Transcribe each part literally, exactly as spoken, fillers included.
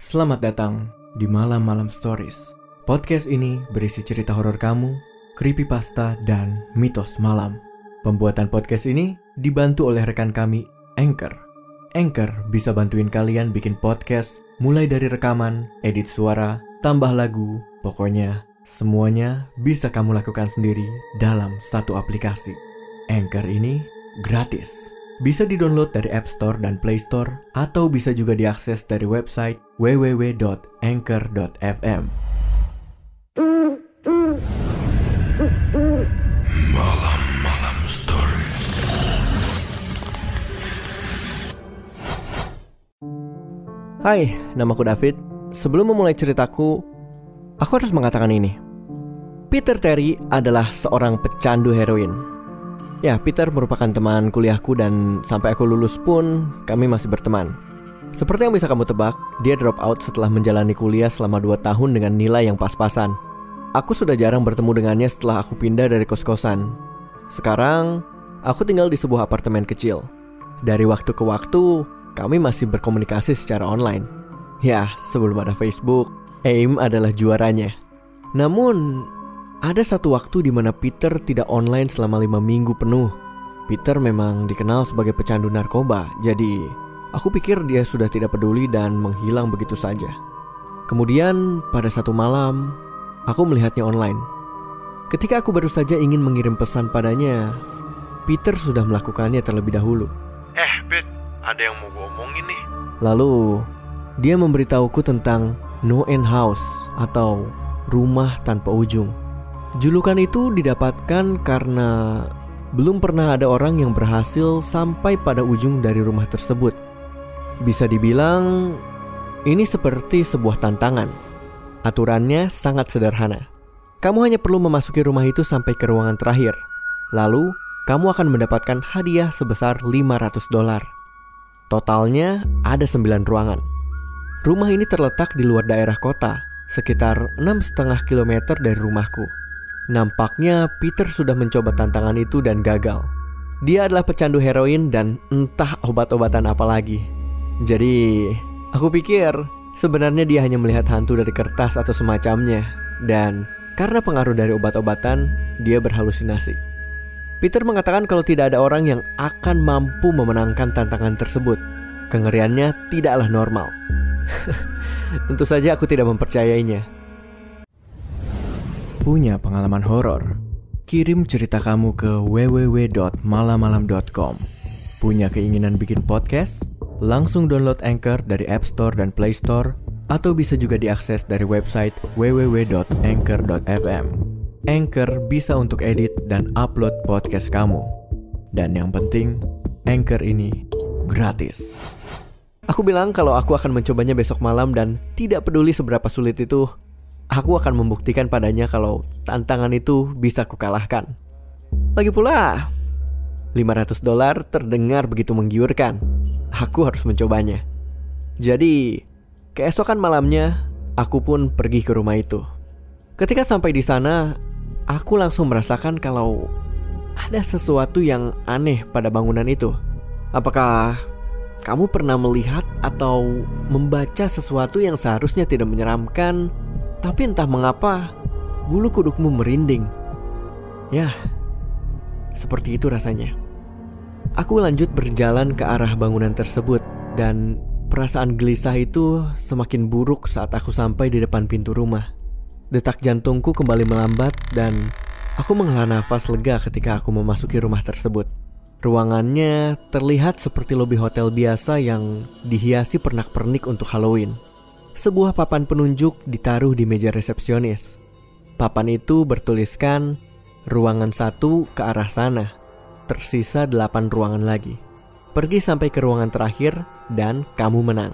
Selamat datang di Malam-Malam Stories. Podcast ini berisi cerita horor kamu, creepypasta, dan mitos malam. Pembuatan podcast ini dibantu oleh rekan kami, Anchor. Anchor bisa bantuin kalian bikin podcast mulai dari rekaman, edit suara, tambah lagu, pokoknya semuanya bisa kamu lakukan sendiri dalam satu aplikasi. Anchor ini gratis. Bisa di-download dari App Store dan Play Store, atau bisa juga diakses dari website w w w dot anchor dot f m. Malam-Malam Stories. Hai, namaku David. Sebelum memulai ceritaku, aku harus mengatakan ini. Peter Terry adalah seorang pecandu heroin. Ya, Peter merupakan teman kuliahku dan sampai aku lulus pun kami masih berteman. Seperti yang bisa kamu tebak, dia drop out setelah menjalani kuliah selama dua tahun dengan nilai yang pas-pasan. Aku sudah jarang bertemu dengannya setelah aku pindah dari kos-kosan. Sekarang, aku tinggal di sebuah apartemen kecil. Dari waktu ke waktu, kami masih berkomunikasi secara online. Ya, sebelum ada Facebook, A I M adalah juaranya. Namun, ada satu waktu di mana Peter tidak online selama lima minggu penuh. Peter memang dikenal sebagai pecandu narkoba, jadi aku pikir dia sudah tidak peduli dan menghilang begitu saja. Kemudian pada satu malam, aku melihatnya online. Ketika aku baru saja ingin mengirim pesan padanya, Peter sudah melakukannya terlebih dahulu. Eh, Pete, ada yang mau gue omongin nih. Lalu, dia memberitahuku tentang No End House atau rumah tanpa ujung. Julukan itu didapatkan karena belum pernah ada orang yang berhasil sampai pada ujung dari rumah tersebut. Bisa dibilang, ini seperti sebuah tantangan. Aturannya sangat sederhana. Kamu hanya perlu memasuki rumah itu sampai ke ruangan terakhir. Lalu, kamu akan mendapatkan hadiah sebesar lima ratus dolar. Totalnya ada sembilan ruangan. Rumah ini terletak di luar daerah kota, sekitar enam koma lima kilometer dari rumahku. Nampaknya Peter sudah mencoba tantangan itu dan gagal. Dia adalah pecandu heroin dan entah obat-obatan apa lagi. Jadi, aku pikir sebenarnya dia hanya melihat hantu dari kertas atau semacamnya. Dan karena pengaruh dari obat-obatan, dia berhalusinasi. Peter mengatakan kalau tidak ada orang yang akan mampu memenangkan tantangan tersebut. Kengeriannya tidaklah normal. Tentu saja aku tidak mempercayainya. Punya pengalaman horor? Kirim cerita kamu ke w w w dot malamalam dot com. Punya keinginan bikin podcast? Langsung download Anchor dari App Store dan Play Store, atau bisa juga diakses dari website w w w dot anchor dot f m. Anchor bisa untuk edit dan upload podcast kamu. Dan yang penting, Anchor ini gratis. Aku bilang kalau aku akan mencobanya besok malam dan tidak peduli seberapa sulit itu, aku akan membuktikan padanya kalau tantangan itu bisa kukalahkan. Lagi pula, lima ratus dolar terdengar begitu menggiurkan. Aku harus mencobanya. Jadi, keesokan malamnya, aku pun pergi ke rumah itu. Ketika sampai di sana, aku langsung merasakan kalau ada sesuatu yang aneh pada bangunan itu. Apakah kamu pernah melihat atau membaca sesuatu yang seharusnya tidak menyeramkan, tapi entah mengapa bulu kudukmu merinding? Ya, seperti itu rasanya. Aku lanjut berjalan ke arah bangunan tersebut, dan perasaan gelisah itu semakin buruk saat aku sampai di depan pintu rumah. Detak jantungku kembali melambat dan aku menghela nafas lega ketika aku memasuki rumah tersebut. Ruangannya terlihat seperti lobi hotel biasa yang dihiasi pernak-pernik untuk Halloween. Sebuah papan penunjuk ditaruh di meja resepsionis. Papan itu bertuliskan ruangan satu ke arah sana. Tersisa delapan ruangan lagi. Pergi sampai ke ruangan terakhir dan kamu menang.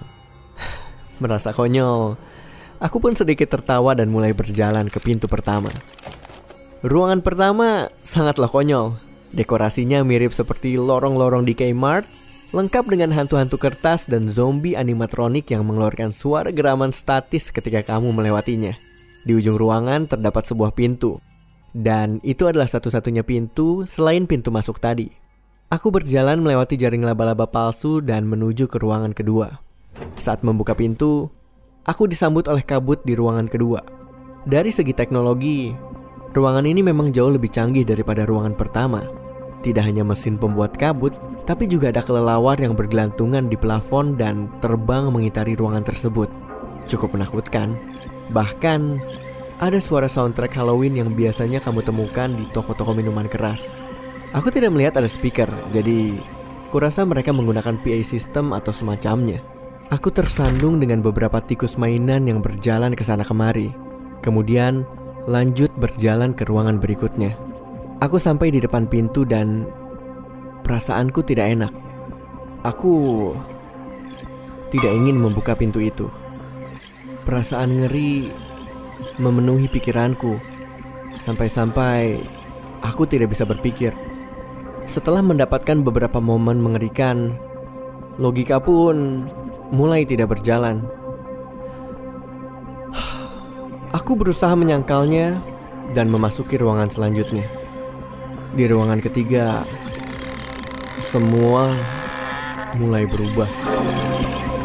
Merasa konyol, aku pun sedikit tertawa dan mulai berjalan ke pintu pertama. Ruangan pertama sangatlah konyol. Dekorasinya mirip seperti lorong-lorong di Kmart, lengkap dengan hantu-hantu kertas dan zombie animatronik yang mengeluarkan suara geraman statis ketika kamu melewatinya. Di ujung ruangan terdapat sebuah pintu, dan itu adalah satu-satunya pintu selain pintu masuk tadi. Aku berjalan melewati jaring laba-laba palsu dan menuju ke ruangan kedua. Saat membuka pintu, aku disambut oleh kabut di ruangan kedua. Dari segi teknologi, ruangan ini memang jauh lebih canggih daripada ruangan pertama. Tidak hanya mesin pembuat kabut, tapi juga ada kelelawar yang bergelantungan di plafon dan terbang mengitari ruangan tersebut. Cukup menakutkan. Bahkan, ada suara soundtrack Halloween yang biasanya kamu temukan di toko-toko minuman keras. Aku tidak melihat ada speaker, jadi kurasa mereka menggunakan P A system atau semacamnya. Aku tersandung dengan beberapa tikus mainan yang berjalan ke sana kemari. Kemudian lanjut berjalan ke ruangan berikutnya. Aku sampai di depan pintu dan perasaanku tidak enak. Aku tidak ingin membuka pintu itu. Perasaan ngeri memenuhi pikiranku. Sampai-sampai aku tidak bisa berpikir. Setelah mendapatkan beberapa momen mengerikan, logika pun mulai tidak berjalan. Aku berusaha menyangkalnya dan memasuki ruangan selanjutnya. Di ruangan ketiga, semua mulai berubah.